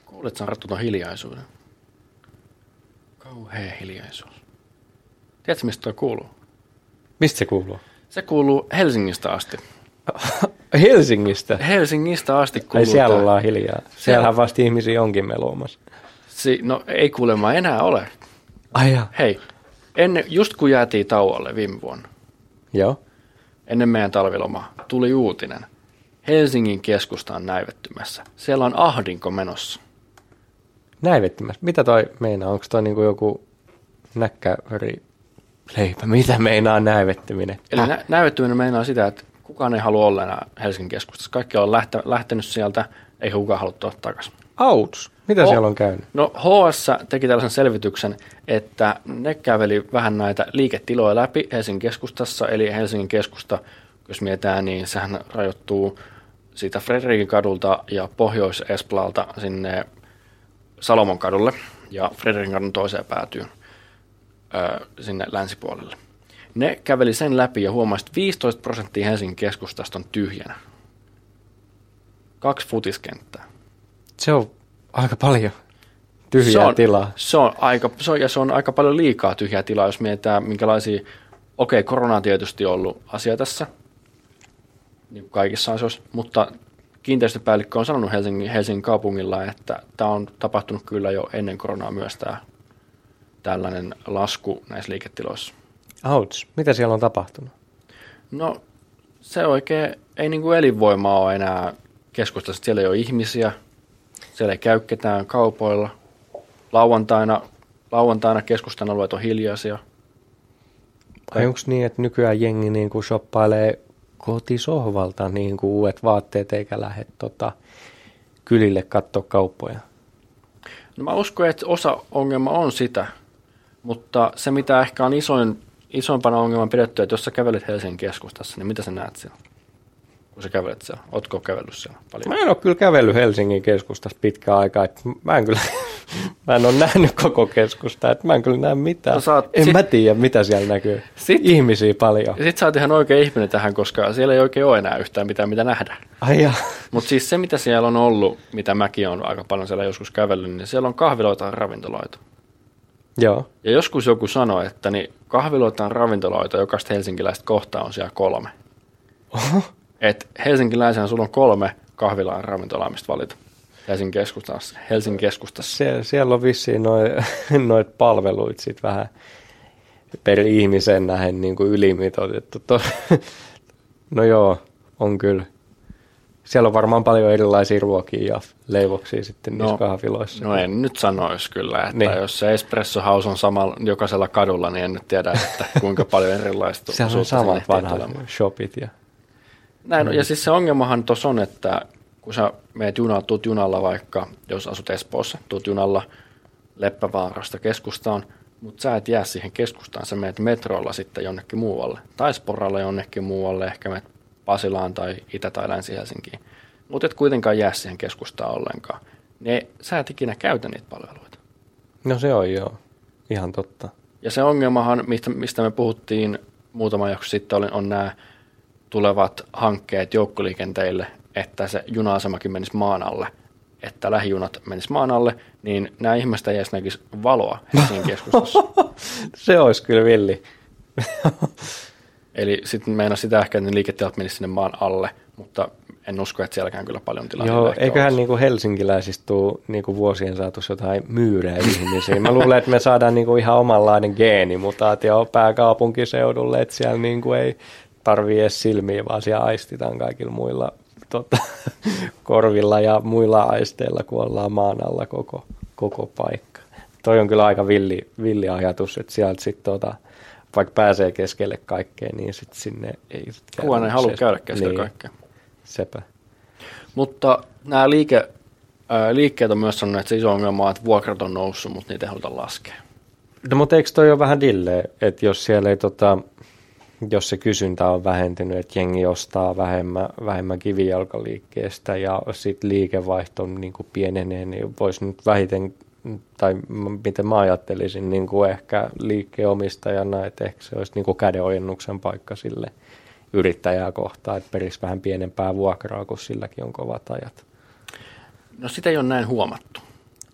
Kuuletko sä Arttu ton hiljaisuuden? Kauhea hiljaisuus. Tiedätkö, mistä toi kuuluu? Mistä se kuuluu? Se kuuluu Helsingistä asti. Helsingistä? Helsingistä asti kuuluu. Ai siellä ollaan hiljaa. Siellähän vasta ihmisiä onkin meluumassa. No ei kuulemma enää ole. Ai ja. Hei, just kun jäätiin tauolle viime vuonna, Joo. ennen meidän talvilomaa, tuli uutinen. Helsingin keskusta on näivettymässä. Siellä on ahdinko menossa. Näivettymässä? Mitä toi meinaa? Onko toi niinku joku näkkärileipä? Mitä meinaa näivettyminen? Eli näivettyminen meinaa sitä, että kukaan ei halua olla enää Helsingin keskustassa. Kaikki on lähtenyt sieltä, ei kukaan halua tuoda takaisin. Auts! Mitä siellä on käynyt? No HS teki tällaisen selvityksen, että ne käveli vähän näitä liiketiloja läpi Helsingin keskustassa, eli Helsingin keskusta, jos mietitään, niin sehän rajoittuu siitä Fredrikin kadulta ja Pohjois-Esplalta sinne Salomon kadulle, ja Fredrikin kadun toiseen päätyy sinne länsipuolelle. Ne käveli sen läpi ja huomasi, että 15% Helsingin keskustasta on tyhjänä. 2 futiskenttää. Se on aika paljon tyhjää tilaa. Se on aika paljon liikaa tyhjää tilaa, jos mietitään minkälaisia, korona on tietysti ollut asia tässä, niin kuin kaikissa asioissa, mutta kiinteistöpäällikkö on sanonut Helsingin kaupungilla, että tämä on tapahtunut kyllä jo ennen koronaa myös tällainen lasku näissä liiketiloissa. Auts, mitä siellä on tapahtunut? No se oikein ei niin kuin elinvoimaa ole enää keskustassa, siellä ei ole ihmisiä. Siellä ei käy ketään kaupoilla. Lauantaina keskustan alueet on hiljaisia. Ai onko niin, että nykyään jengi niinku shoppailee kotisohvalta niinku uudet vaatteet eikä lähde kylille katsoa kauppoja? No mä uskon, että osa ongelma on sitä, mutta se mitä ehkä on isoimpana ongelman pidetty, että jos sä kävelet Helsingin keskustassa, niin mitä sä näet siellä? Kun sä kävelet siellä? Ootko kävellyt siellä paljon? Mä en ole kyllä kävellyt Helsingin keskustassa pitkään aikaa. Mä en ole nähnyt koko keskustaa, että mä en kyllä näe mitään. Mä tiedä, mitä siellä näkyy. Ihmisiä paljon. Ja sit sä oot ihan oikein ihminen tähän, koska siellä ei oikein ole enää yhtään mitään, mitä nähdä. Mutta siis se, mitä siellä on ollut, mitä mäkin on aika paljon siellä joskus kävellyt, niin siellä on kahviloita ja ravintoloita. Joo. Ja joskus joku sanoi, että niin kahviloita ja ravintoloita jokaista helsinkiläistä kohtaa on siellä 3. Oho. Että helsinkiläisenä sulla on 3 kahvilaa ja ravintolaa, mistä valita Helsingin keskustassa. Siellä on vissiin noita palveluita sit vähän per ihmisen nähen niin kuin ylimitoitettu. No joo, on kyllä. Siellä on varmaan paljon erilaisia ruokia ja leivoksia sitten niissä kahviloissa. No en nyt sanoisi kyllä, että niin. Jos se Espresso House on samalla jokaisella kadulla, niin en nyt tiedä, että kuinka paljon erilaista. Siellä on samat vanhat shopit. Näin, ja siis se ongelmahan tuossa on, että kun sä tuut junalla vaikka, jos asut Espoossa, tuut junalla Leppävaarasta keskustaan, mutta sä et jää siihen keskustaan, sä menet metrolla sitten jonnekin muualle, tai Sporalla jonnekin muualle, ehkä menet Pasilaan tai Itä- tai Länsi-Helsinkiin, mutta et kuitenkaan jää siihen keskustaan ollenkaan. Sä et ikinä käytä niitä palveluita. No se on joo, ihan totta. Ja se ongelmahan, mistä me puhuttiin muutama jakso sitten, on nämä tulevat hankkeet joukkoliikenteille, että se juna-asemakin menisi maan alle, että lähijunat menisi maan alle, niin nämä ihmiset ei edes näkisi valoa Helsingin keskustassa. Se olisi kyllä villi. Eli sitten meinaa sitä ehkä, että ne liiketilat menisivät sinne maan alle, mutta en usko, että sielläkään kyllä paljon tilaa. Joo, eiköhän niinku helsinkiläisistä tule niinku vuosien saatossa jotain myyrää ihmisiä. Mä luulen, että me saadaan niinku ihan omanlainen geenimutaatio pääkaupunkiseudulle, että siellä niinku ei tarvii edes silmiä, vaan siellä aistitaan kaikilla muilla korvilla ja muilla aisteilla, kun ollaan maan alla koko paikka. Toi on kyllä aika villi ajatus, että sieltä sitten vaikka pääsee keskelle kaikkea, niin sitten sinne ei sitten kukaan ei halua käydä keskelle kaikkea. Sepä. Mutta nämä liikkeet on myös sanonut, että se iso ongelma on, että vuokrat on noussut, mutta niitä ei haluta laskea. No mutta eikö toi ole vähän dilleen, että jos siellä ei jos se kysyntä on vähentynyt, että jengi ostaa vähemmän kivijalkaliikkeestä ja sitten liikevaihto niin kuin pienenee, niin voisi nyt vähiten, tai miten mä ajattelisin, niin kuin ehkä liikkeenomistajana, että ehkä se olisi niin kuin kädenojennuksen paikka sille yrittäjää kohtaan, että perisi vähän pienempää vuokraa, kun silläkin on kovat ajat. No sitä ei ole näin huomattu.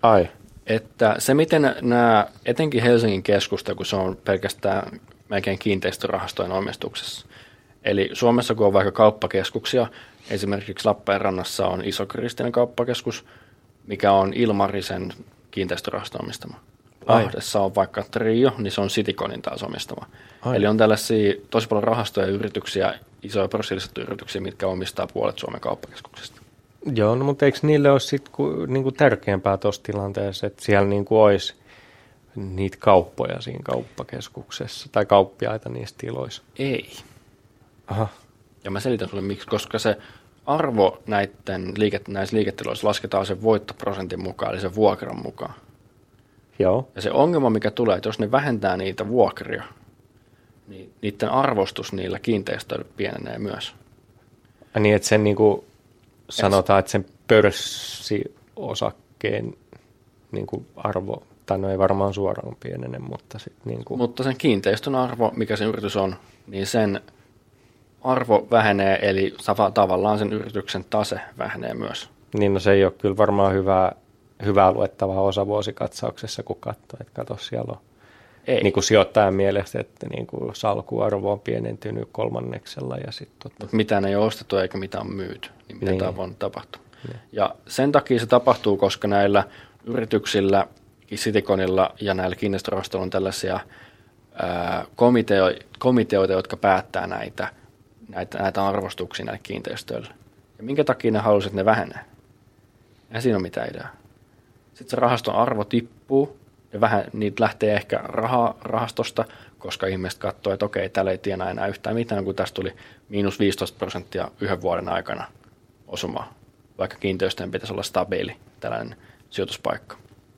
Ai. Että se, miten nämä, etenkin Helsingin keskusta, kun se on pelkästään melkein kiinteistörahastojen omistuksessa. Eli Suomessa, kun on vaikka kauppakeskuksia, esimerkiksi Lappeenrannassa on Iso-Kristinen kauppakeskus, mikä on Ilmarisen kiinteistörahaston omistama. Lahdessa on vaikka Trio, niin se on Cityconin taas omistama. Ai. Eli on tällaisia tosi paljon rahastoja ja yrityksiä, isoja pörssillisiä yrityksiä, mitkä omistaa puolet Suomen kauppakeskuksesta. Joo, no mutta eikö niille ole sitten niinku tärkeämpää tuossa tilanteessa, että siellä niinku olisi niitä kauppoja siinä kauppakeskuksessa tai kauppiaita niissä tiloissa? Ei. Aha. Ja mä selitän sulle miksi, koska se arvo näissä liiketiloissa lasketaan sen voittoprosentin mukaan, eli sen vuokran mukaan. Joo. Ja se ongelma, mikä tulee, että jos ne vähentää niitä vuokria, niin niiden arvostus niillä kiinteistöillä pienenee myös. Ja niin, että sen niinku sanotaan, että sen pörssiosakkeen niinku arvo, tai no ei varmaan suoraan pienene, mutta sitten niinku. Mutta sen kiinteistön arvo, mikä se yritys on, niin sen arvo vähenee, eli tavallaan sen yrityksen tase vähenee myös. Niin, no se ei ole kyllä varmaan hyvää luettavaa osavuosikatsauksessa, kun katsoo, että kato siellä on niin kuin sijoittajan mielestä, että niin kuin salkuarvo on pienentynyt 3/3 ja sitten mitään ei ole ostettu eikä mitään on myyty, niin miten tämä on tapahtunut. Ja sen takia se tapahtuu, koska näillä yrityksillä, Cityconilla ja näillä kiinteistörahastoilla on tällaisia komiteoita, jotka päättää näitä arvostuksia näille kiinteistöille. Ja minkä takia ne halusivat, että ne vähenee? Eihän siinä ole mitään ideaa. Sitten se rahaston arvo tippuu, ja niitä lähtee ehkä rahastosta, koska ihmiset katsoo, että okei, täällä ei tienaa enää yhtään mitään, kun tästä tuli -15% yhden vuoden aikana osumaa, vaikka kiinteistöjen pitäisi olla stabiili, tällainen sijoituspaikka.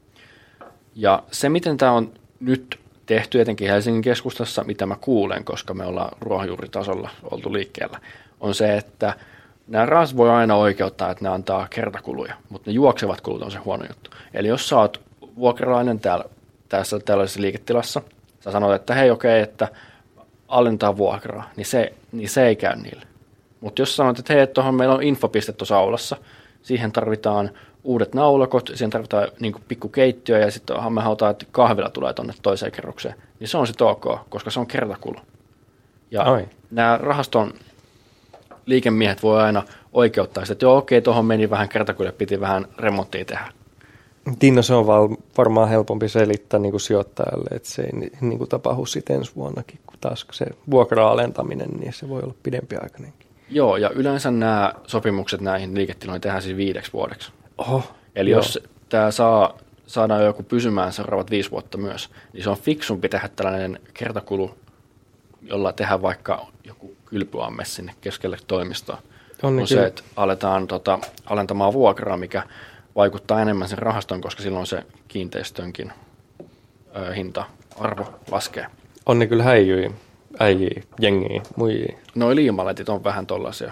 Ja se, miten tämä on nyt tehty etenkin Helsingin keskustassa, mitä mä kuulen, koska me ollaan ruohonjuuritasolla oltu liikkeellä, on se, että nämä rahastot voi aina oikeuttaa, että ne antaa kertakuluja, mutta ne juoksevat kulut on se huono juttu. Eli jos sä oot vuokralainen tällaisessa liiketilassa, sä sanot, että hei okei, että alentaa vuokraa, niin se ei käy niille. Mutta jos sanot, että hei, tuohon meillä on infopiste tuossa aulassa, siihen tarvitaan uudet naulakot, siihen tarvitaan niin pikku keittiö ja sitten me halutaan, että kahvila tulee tuonne toiseen kerrokseen, niin se on sitten ok, koska se on kertakulu. Ja nämä rahaston liikemiehet voi aina oikeuttaa sitä, että joo okei, tuohon meni vähän kertakuluja, piti vähän remonttia tehdä. Tiina, se on varmaan helpompi selittää niin kuin sijoittajalle, että se ei niin kuin tapahdu sitten ensi vuonnakin, kun taas se vuokra-alentaminen, niin se voi olla pidempiaikainenkin. Joo, ja yleensä nämä sopimukset näihin liiketiloihin tehdään siis 5 vuodeksi. Oho, eli jos tämä saadaan joku pysymään seuraavat 5 vuotta myös, niin se on fiksumpi tehdä tällainen kertakulu, jolla tehdään vaikka joku kylpyamme sinne keskelle toimistoa. On se, että aletaan alentamaan vuokraa, mikä vaikuttaa enemmän sen rahaston, koska silloin se kiinteistönkin hinta, arvo laskee. On ne kyllä äijii, jengiä, muijii. Noi liimaletit on vähän tollaisia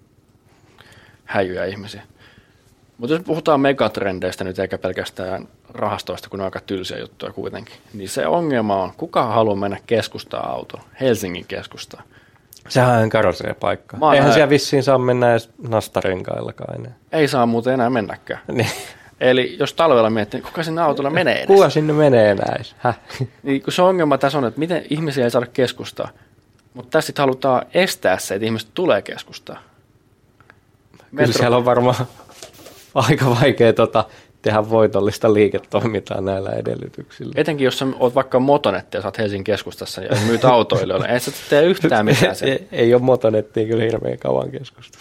häijyjä ihmisiä. Mutta jos puhutaan megatrendeistä nyt eikä pelkästään rahastoista, kun ne on aika tylsiä juttuja kuitenkin, niin se ongelma on, kuka haluaa mennä keskustaan autolla, Helsingin keskustaan. Sehän on karsea paikka. Eihän siellä vissiin saa mennä edes nastarenkaillakaan enää. Ei saa muuten enää mennäkään. Niin. Eli jos talvella miettii, niin kuka sinne autolla menee edes? Kuka sinne menee enää edes? Niin, kun se ongelma tässä on, että miten ihmisiä ei saada keskustaa. Mutta tässä sitten halutaan estää se, että ihmiset tulee keskustaan. Kyllä siellä on varmaan aika vaikea tehdä voitollista liiketoimintaa näillä edellytyksillä. Etenkin jos sä oot vaikka Motonetti ja sä oot Helsingin keskustassa ja myyt autoilijoille, ei sä tee yhtään mitään sen. Ei ole Motonettia kyllä hirveän kauan keskusta.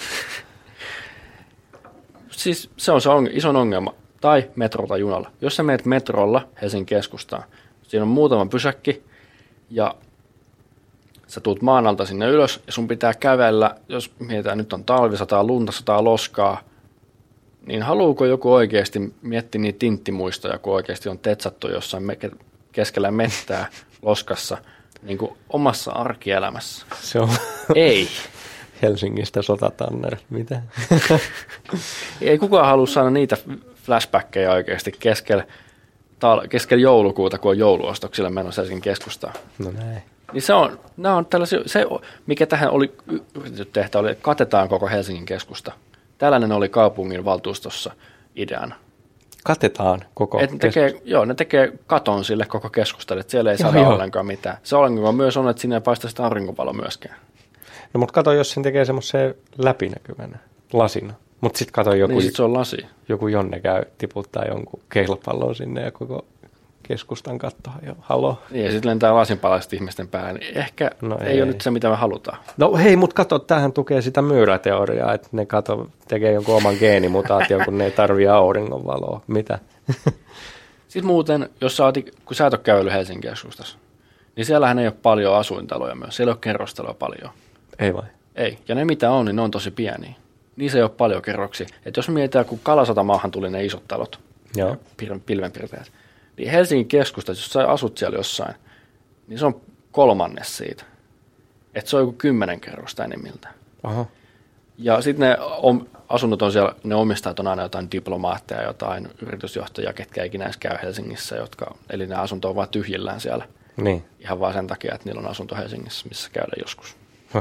Siis se on se ison ongelma. Tai metrolla tai junalla. Jos sä meet metrolla Helsingin keskustaan, siinä on muutama pysäkki ja sä tuut maan alta sinne ylös ja sun pitää kävellä, jos mietitään nyt on talvi, sataa lunta, sataa loskaa, niin haluuko joku oikeasti miettiä niitä tinttimuistoja, kun oikeasti on tetsattu jossain keskellä mettää loskassa niin kuin omassa arkielämässä? Se on ei. Helsingistä sotatanner, mitä? Ei kukaan halua saada niitä flashbackkejä oikeasti keskellä joulukuuta, kun on jouluostoksilla menossa Helsingin keskustaan. No näin. Niin nämä on tällaisia, mikä tähän oli yritetty tehdä, oli, että katetaan koko Helsingin keskusta. Tällainen oli kaupungin valtuustossa ideana. Katetaan koko ne tekee katon sille koko keskustalle, että siellä ei saada ollenkaan mitään. Se ongelma myös on, että sinne ei paista sitä aurinkovalo myöskään. No mutta kato, jos sen tekee semmoisen läpinäkyvänä, lasina. Mutta sitten kato niin se on lasi. Joku Jonne käy tiputtaa jonkun keilapallon sinne ja koko keskustan kattoa jo. Halo. Niin, ja sitten lentää lasinpalaiset ihmisten päälle. Niin ehkä ei ole nyt se, mitä me halutaan. No hei, mutta kato, tämähän tukee sitä myyräteoriaa, että ne tekee jonkun oman geenimutaation, kun ne ei tarvitse auringonvaloa. Mitä? Sitten muuten, kun sä et ole kävellyt Helsingin keskustassa, niin siellähän ei ole paljon asuintaloja myös. Siellä ei ole kerrostaloja paljon. Ei vai? Ei. Ja ne mitä on, niin ne on tosi pieniä. Niissä ei ole paljon kerroksia. Että jos mietitään, kun Kalasatamaahan tuli ne isot talot, pilvenpiirteet, niin Helsingin keskustassa, jos sä asut siellä jossain, niin se on 1/3 siitä. Että se on joku 10 kerrosta enimmiltään. Aha. Ja sitten ne asunnot on siellä, ne omistajat on aina jotain diplomaatteja, jotain yritysjohtajia, ketkä ikinä edes käy Helsingissä, eli ne asunto on vaan tyhjillään siellä. Niin. Ihan vaan sen takia, että niillä on asunto Helsingissä, missä käydään joskus.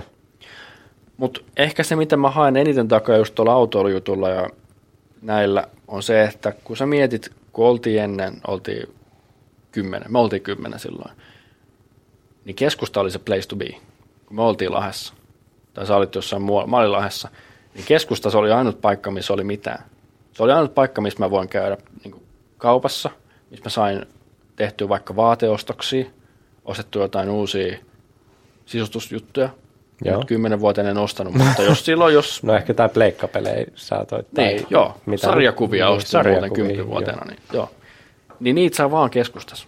Mutta ehkä se, mitä mä haen eniten takaa just tuolla autoilujutulla ja näillä, on se, että kun sä mietit, kun oltiin 10, me oltiin 10 silloin, niin keskusta oli se place to be, kun me oltiin Lahdessa, tai sä olit jossain muualla, mä olin Lahdessa, niin keskusta se oli ainut paikka, missä oli mitään. Se oli ainut paikka, missä mä voin käydä niin kuin kaupassa, missä mä sain tehtyä vaikka ostettu jotain uusia sisustusjuttuja. 10 vuotta en ostanut, mutta jos... No ehkä tai pleikkapelejä saatoit. Niin, sarjakuvia ostin muuten 10-vuotiaana. Niin niitä saa vaan keskustassa.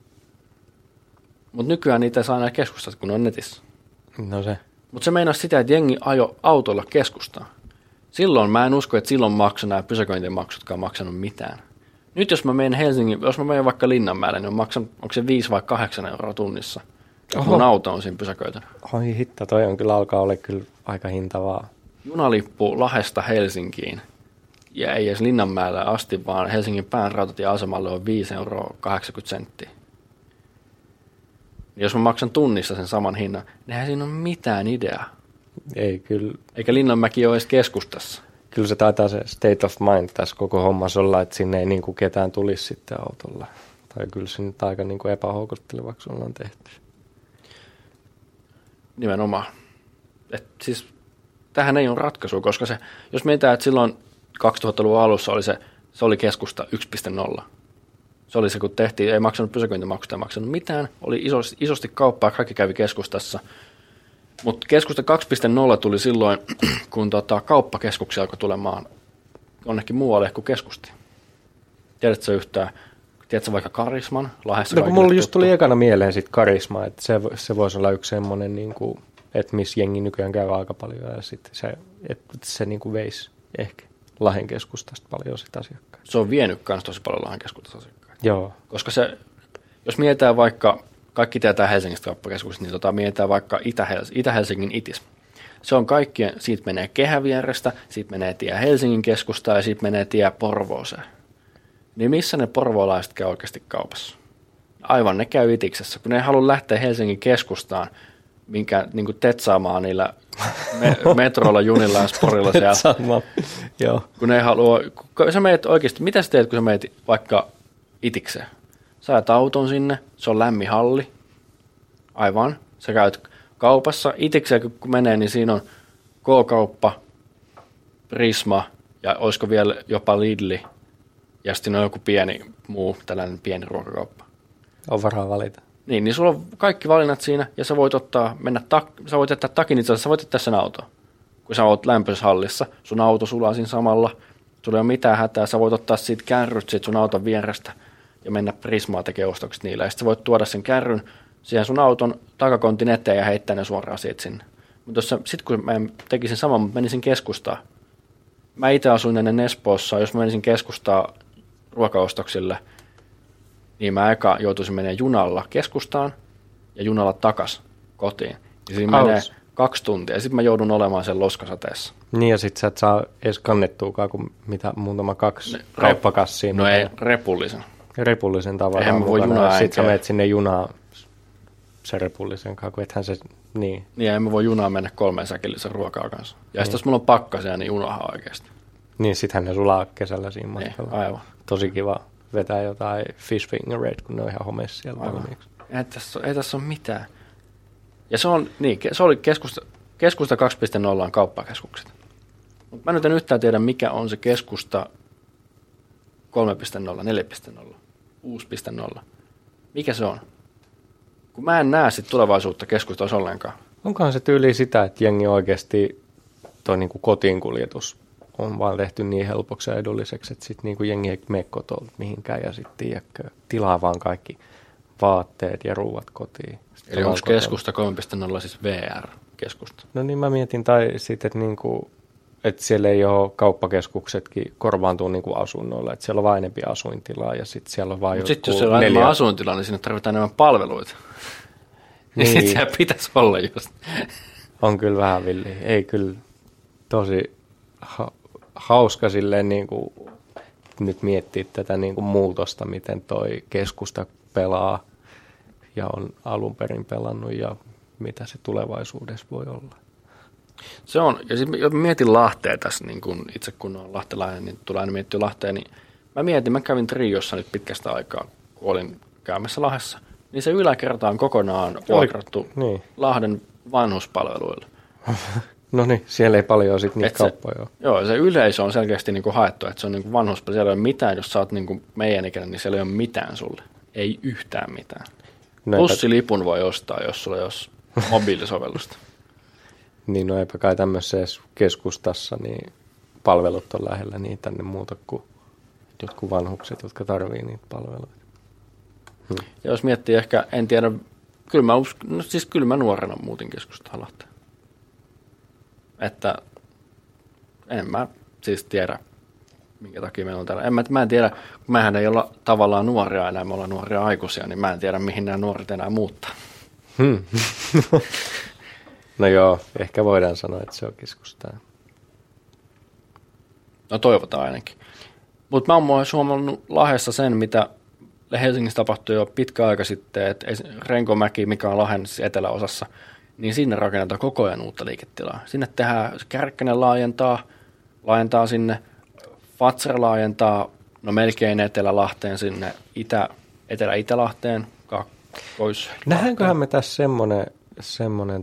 Mutta nykyään niitä ei saa enää keskustassa, kun on netissä. No se. Mutta se meinaa sitä, että jengi ajo autolla keskustaan. Silloin mä en usko, että silloin maksoi nämä pysäköintimaksutkaan maksanut mitään. Nyt jos mä menen jos mä menen vaikka Linnanmäelle, niin onko se 5 vai 8 euroa tunnissa? Mun auto on siinä pysäköitynyt. Oi hitta, toi on kyllä alkaa olla kyllä aika hintavaa. Junalippu Lahdesta Helsinkiin ja ei edes Linnanmäelle asti, vaan Helsingin pään rautatieasemalle on 5,80 €. Jos mä maksan tunnissa sen saman hinnan, niin eihän siinä ole mitään ideaa. Ei kyllä. Eikä Linnanmäki ole edes keskustassa. Kyllä se taitaa se state of mind tässä koko hommassa olla, että sinne ei niin kuin ketään tulisi sitten autolla. Tai kyllä se nyt aika niin kuin epähoukuttelevaksi ollaan tehty. Nimenomaan. Siis tähän ei ole ratkaisua, koska jos mietitään, että silloin 2000-luvun alussa se oli keskusta 1.0. Se oli se, kun tehtiin, ei maksanut pysäköintimaksusta, ei maksanut mitään. Oli isosti kauppaa, kaikki kävi keskustassa. Mutta keskusta 2.0 tuli silloin, kun kauppakeskuksia alkoi tulemaan jonnekin muualle kuin keskusti. Tiedätkö vaikka Karisman? Lahdessa no, mulla just tuli ekana mieleen sit Karisma, että se voisi olla yksi semmoinen, niin kuin, että missä jengi nykyään käy aika paljon ja sitten se niin kuin veisi ehkä Lahden keskustasta paljon sitä asiakkaita. Se on vienyt myös tosi paljon Lahden keskustasta asiakkaita. Joo. Koska jos mietitään vaikka, kaikki tietää Helsingistä kauppakeskuksesta, niin mietitään vaikka Itä-Helsingin ITIS. Se on kaikkien, siitä menee Kehävierestä, siitä menee tie Helsingin keskustaan ja siitä menee tie Porvooseen. Niin missä ne porvoolaiset käy oikeasti kaupassa? Aivan, ne käy Itiksessä, kun ne ei halua lähteä Helsingin keskustaan, minkä niin kuin tetsaamaan niillä metroilla, junilla ja sporilla siellä. Joo. Kun ne ei halua, kun sä meet oikeasti, mitä sä teet, kun sä meet vaikka Itikseen? Sä ajat auton sinne, se on lämmin halli. Aivan, sä käyt kaupassa. Itikseen kun menee, niin siinä on K-kauppa, Prisma ja olisiko vielä jopa Lidli. Ja sitten on joku tällainen pieni ruokakauppa. On varaa valita. Niin sulla on kaikki valinnat siinä, ja sä voit sä voit jättää takin itse asiassa, sä voit jättää sen auton. Kun sä oot lämpöisessä hallissa, sun auto sulaa siinä samalla, sulla ei ole mitään hätää, sä voit ottaa siitä kärryt siitä sun auton vierestä ja mennä Prismaa tekemään ostokset niillä. Ja sitten sä voit tuoda sen kärryn siihen sun auton takakontin eteen ja heittää ne suoraan siitä sinne. Mutta sitten kun mä tekisin saman, mutta menisin keskustaan. Mä itse asuin ennen Espoossa, jos mä menisin keskustaan ruokaostoksille, niin mä eka joutuisin menemään junalla keskustaan ja junalla takas kotiin. Ja siinä menee 2 tuntia ja sitten mä joudun olemaan sen loskasateessa. Niin ja sitten sä et saa edes kannettuukaan kuin mitä muutama 2 kauppakassia. No ei, repullisen tavallaan. Eihän mä voi junaa. Sitten sä menet sinne junaan se repullisen kanssa, kun ethän se, niin. Niin en mä voi junaan mennä 3 säkillisen ruokaa kanssa. Ja sitten jos mulla on pakkasia, niin unohaa oikeasti. Niin, sittenhän ne sulaa kesällä siinä matkalla. Aivan. Tosi kiva vetää jotain fish fingereitä, kun ne on ihan homeessa siellä valmiiksi. Ei tässä ole mitään. Ja se oli keskusta 2.0 on kauppakeskukset. Mutta mä nyt en yhtään tiedä, mikä on se keskusta 3.0, 4.0, 6.0. Mikä se on? Kun mä en näe sit tulevaisuutta keskustassa ollenkaan. Onkohan se tyyli sitä, että jengi oikeasti toi niinku kotiinkuljetus on vaan tehty niin helpoksi ja edulliseksi, että sitten niinku jengi ei mene kotoa mihinkään ja sitten tilaa vaan kaikki vaatteet ja ruuat kotiin. Eli onko keskusta 3.0 siis VR-keskusta? No niin mä mietin, tai sitten, että niinku, että siellä ei ole kauppakeskuksetkin korvaantuu niinku asunnoilla, että siellä on vain enempi asuintilaa ja sitten siellä on vain joku sitten jos siellä on enemmän asuintilaa, niin sinne tarvitaan enemmän palveluita. Niin sitten siellä pitäisi olla just. On kyllä vähän villi. Ei kyllä tosi hauska silleen niinku nyt miettiä tätä niinku muutosta, miten toi keskusta pelaa ja on alun perin pelannut ja mitä se tulevaisuudessa voi olla. Se on, ja sitten jos mietin Lahtea tässä, niin kun itse kun olen lahtelainen, niin tulee aina miettiä Lahtea, niin mä kävin Triossa nyt pitkästä aikaa, kun olin käymässä Lahdessa, niin se yläkerta on kokonaan vuokrattu niin Lahden vanhuspalveluille. No niin, siellä ei paljon sitten niitä kauppoja ole. Joo, se yleisö on selkeästi niin kuin haettu, että se on niin vanhuspalvelu, siellä ei ole mitään, jos sä oot niin kuin meidän ikäinen, niin siellä ei ole mitään sulle. Ei yhtään mitään. Bussilipun voi ostaa, jos sulla ei ole mobiilisovellusta. Niin, no eipä kai tämmöisessä keskustassa, niin palvelut on lähellä niin tänne muuta kuin jotkut vanhukset, jotka tarvii niitä palveluita. Ja jos miettii ehkä, en tiedä, kyllä mä nuorena muutin keskustaan Lahteen. Että en mä siis tiedä, minkä takia meillä on täällä. Mä en tiedä, kun mehän ei olla tavallaan nuoria enää, me ollaan nuoria aikuisia, niin mä en tiedä, mihin nämä nuoret enää muuttaa. No joo, ehkä voidaan sanoa, että se on keskustaa. No toivotaan ainakin. Mutta mä oon huomannut Lahdessa sen, mitä Helsingissä tapahtui jo pitkä aika sitten, että Renkomäki, mikä on Lahden eteläosassa, niin sinne rakennetaan koko ajan uutta liiketilaa. Sinne tehdään, Kärkkänen laajentaa sinne, Fazer laajentaa, no melkein Etelä-Lahteen sinne, Etelä-Itä-Lahteen, Kaakkois. Nähdäänköhän me tässä semmoinen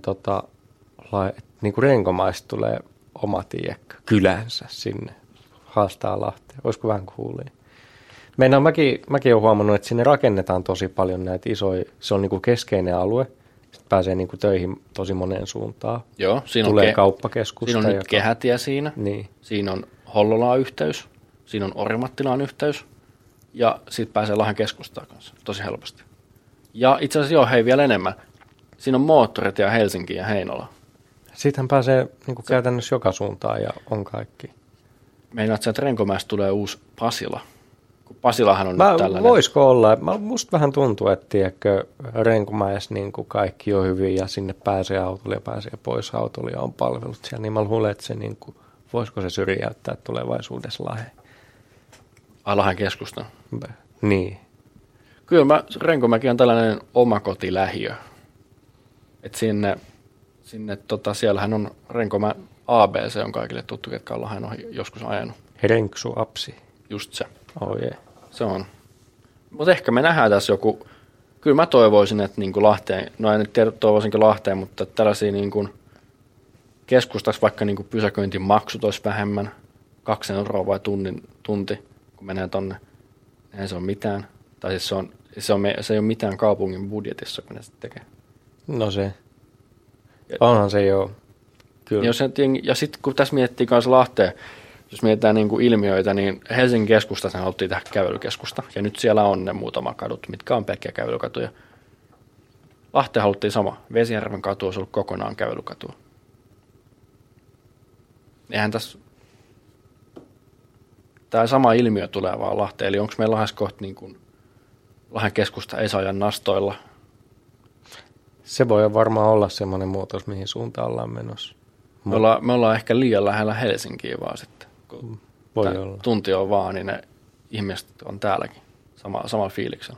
niin kuin Renkomaista tulee oma tiekkö kylänsä sinne, haastaa Lahteen. Olisiko vähän kuulia? Mäkin olen huomannut, että sinne rakennetaan tosi paljon näitä isoja, se on niin kuin keskeinen alue. Sitten pääsee niin kuin töihin tosi moneen suuntaan. Joo, siinä tulee kauppakeskusta. Siinä on nyt Kehätie siinä. Niin. Siinä on Hollolaan yhteys. Siinä on Orimattilaan yhteys. Ja sitten pääsee Lahden keskustaan kanssa tosi helposti. Ja itse asiassa vielä enemmän. Siinä on moottoritie Helsinkiin ja Heinola. Siitähän pääsee niin kuin käytännössä joka suuntaan ja on kaikki. Meinaat, että Renkomäestä tulee uusi Pasila. Pasilahan on nyt tällainen. Voisiko olla? Musta vähän tuntuu, että tiedätkö, Renkomäessä niin kuin kaikki on hyvin ja sinne pääsee autolla ja pääsee pois autolla ja on palvelut siellä. Niin mä luulen, että se, niin kuin, voisiko se syrjäyttää tulevaisuudessa Lahden? Lahden keskustan? Niin. Kyllä Renkomäki on tällainen omakotilähiö. Että siellähän on Renkomäen ABC on kaikille tuttu, ketkä on Lahden ohi joskus ajanut. Renksu Apsi. Just se. Oh yeah. Se on. Mutta ehkä me nähdään tässä joku, kyllä mä toivoisin, että niinku Lahteen, no en nyt tiedä toivoisinko Lahteen, mutta tällaisia niinku keskustassa vaikka niinku pysäköintimaksut olisi vähemmän, 2 euroa vai tunti, kun menee tonne, eihän se ole mitään. Tai siis se ei ole mitään kaupungin budjetissa, kun ne sitten tekee. No se. Onhan se joo. Kyllä. Ja sitten kun tässä miettii kanssa Lahteen, jos mietitään niin kuin ilmiöitä, niin Helsingin keskustassa haluttiin tehdä kävelykeskusta. Ja nyt siellä on ne muutama kadut, mitkä on pelkkiä kävelykatuja. Lahteen haluttiin sama. Vesijärven katu olisi ollut kokonaan kävelykatua. Eihän tässä tämä sama ilmiö tulee vaan Lahteen. Eli onko meillä Lahdessa kohta niin kuin Lahden keskusta Esajan nastoilla? Se voi varmaan olla semmoinen muutos, mihin suuntaan ollaan menossa. Me ollaan ehkä liian lähellä Helsinkiä vaan sitten. Voi olla. Tunti on vaan, niin ne ihmiset on täälläkin samalla fiiliksellä.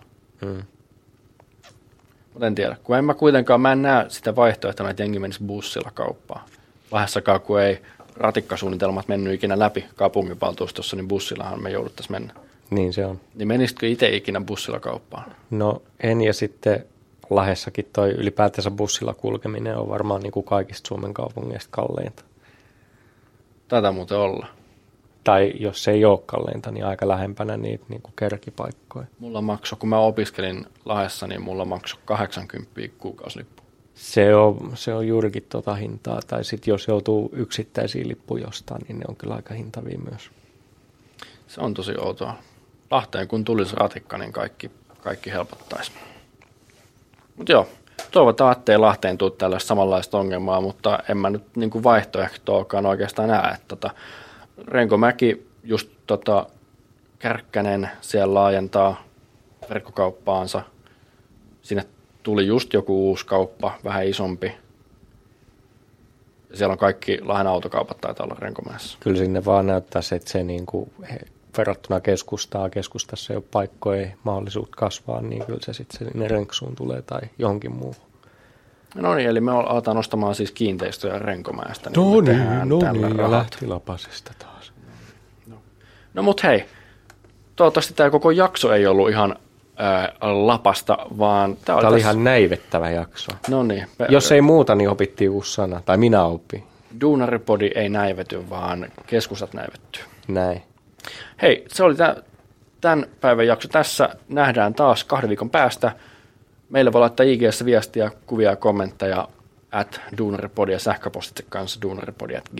Mutta en tiedä. Kun mä en näe sitä vaihtoehtoa, että jengi menisi bussilla kauppaan. Lahdessakaan, kun ei ratikkasuunnitelmat mennyt ikinä läpi kaupunginvaltuustossa, niin bussillahan me jouduttaisiin mennä. Niin se on. Niin menisitkö itse ikinä bussilla kauppaan? No en, ja sitten Lahdessakin toi ylipäätänsä bussilla kulkeminen on varmaan niin kuin kaikista Suomen kaupungeista kalleinta. Taitaa muuten olla. Tai jos se ei ole kalleinta, niin aika lähempänä niitä niin kuin kärkipaikkoja. Mulla maksoi, kun mä opiskelin Lahdessa, niin mulla maksoi 80 kuukausilippu. Se on juurikin tota hintaa. Tai sitten jos joutuu yksittäisiin lippuja jostain, niin ne on kyllä aika hintavia myös. Se on tosi outoa. Lahteen kun tulisi ratikka, niin kaikki helpottaisi. Mutta joo, toivotaan, ettei Lahteen tule tällaista samanlaista ongelmaa, mutta en mä nyt niin kuin vaihtoehtoakaan oikeastaan näe. Renkomäki, just Kärkkänen siellä laajentaa verkkokauppaansa. Sinne tuli just joku uusi kauppa, vähän isompi. Siellä on kaikki Lahden autokaupat taitaa olla Renkomäessä. Kyllä sinne vaan näyttäisi, että se niin kuin, verrattuna keskustassa ei ole paikkoja, mahdollisuutta kasvaa, niin kyllä se sitten sinne Renksuun tulee tai johonkin muuhun. No niin, eli me aletaan nostamaan siis kiinteistöjä Renkomäestä. Niin, ja lähti Lapasesta taas. No mut hei, toivottavasti tämä koko jakso ei ollut ihan Lapasta, vaan tämä oli ihan näivettävä jakso. No niin. Jos ei muuta, niin opittiin uusi sana, tai minä opin. Duunaripodi ei näivety, vaan keskustat näivettyy. Näin. Hei, se oli tämän päivän jakso tässä. Nähdään taas 2 viikon päästä. Meille voi laittaa IG:ssä viestiä, kuvia ja kommentteja @duunaripodi ja sähköpostitse kanssa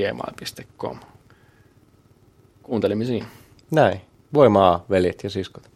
duunaripodi@gmail.com. Kuuntelemisiin. Näin. Voimaa, veljet ja siskot.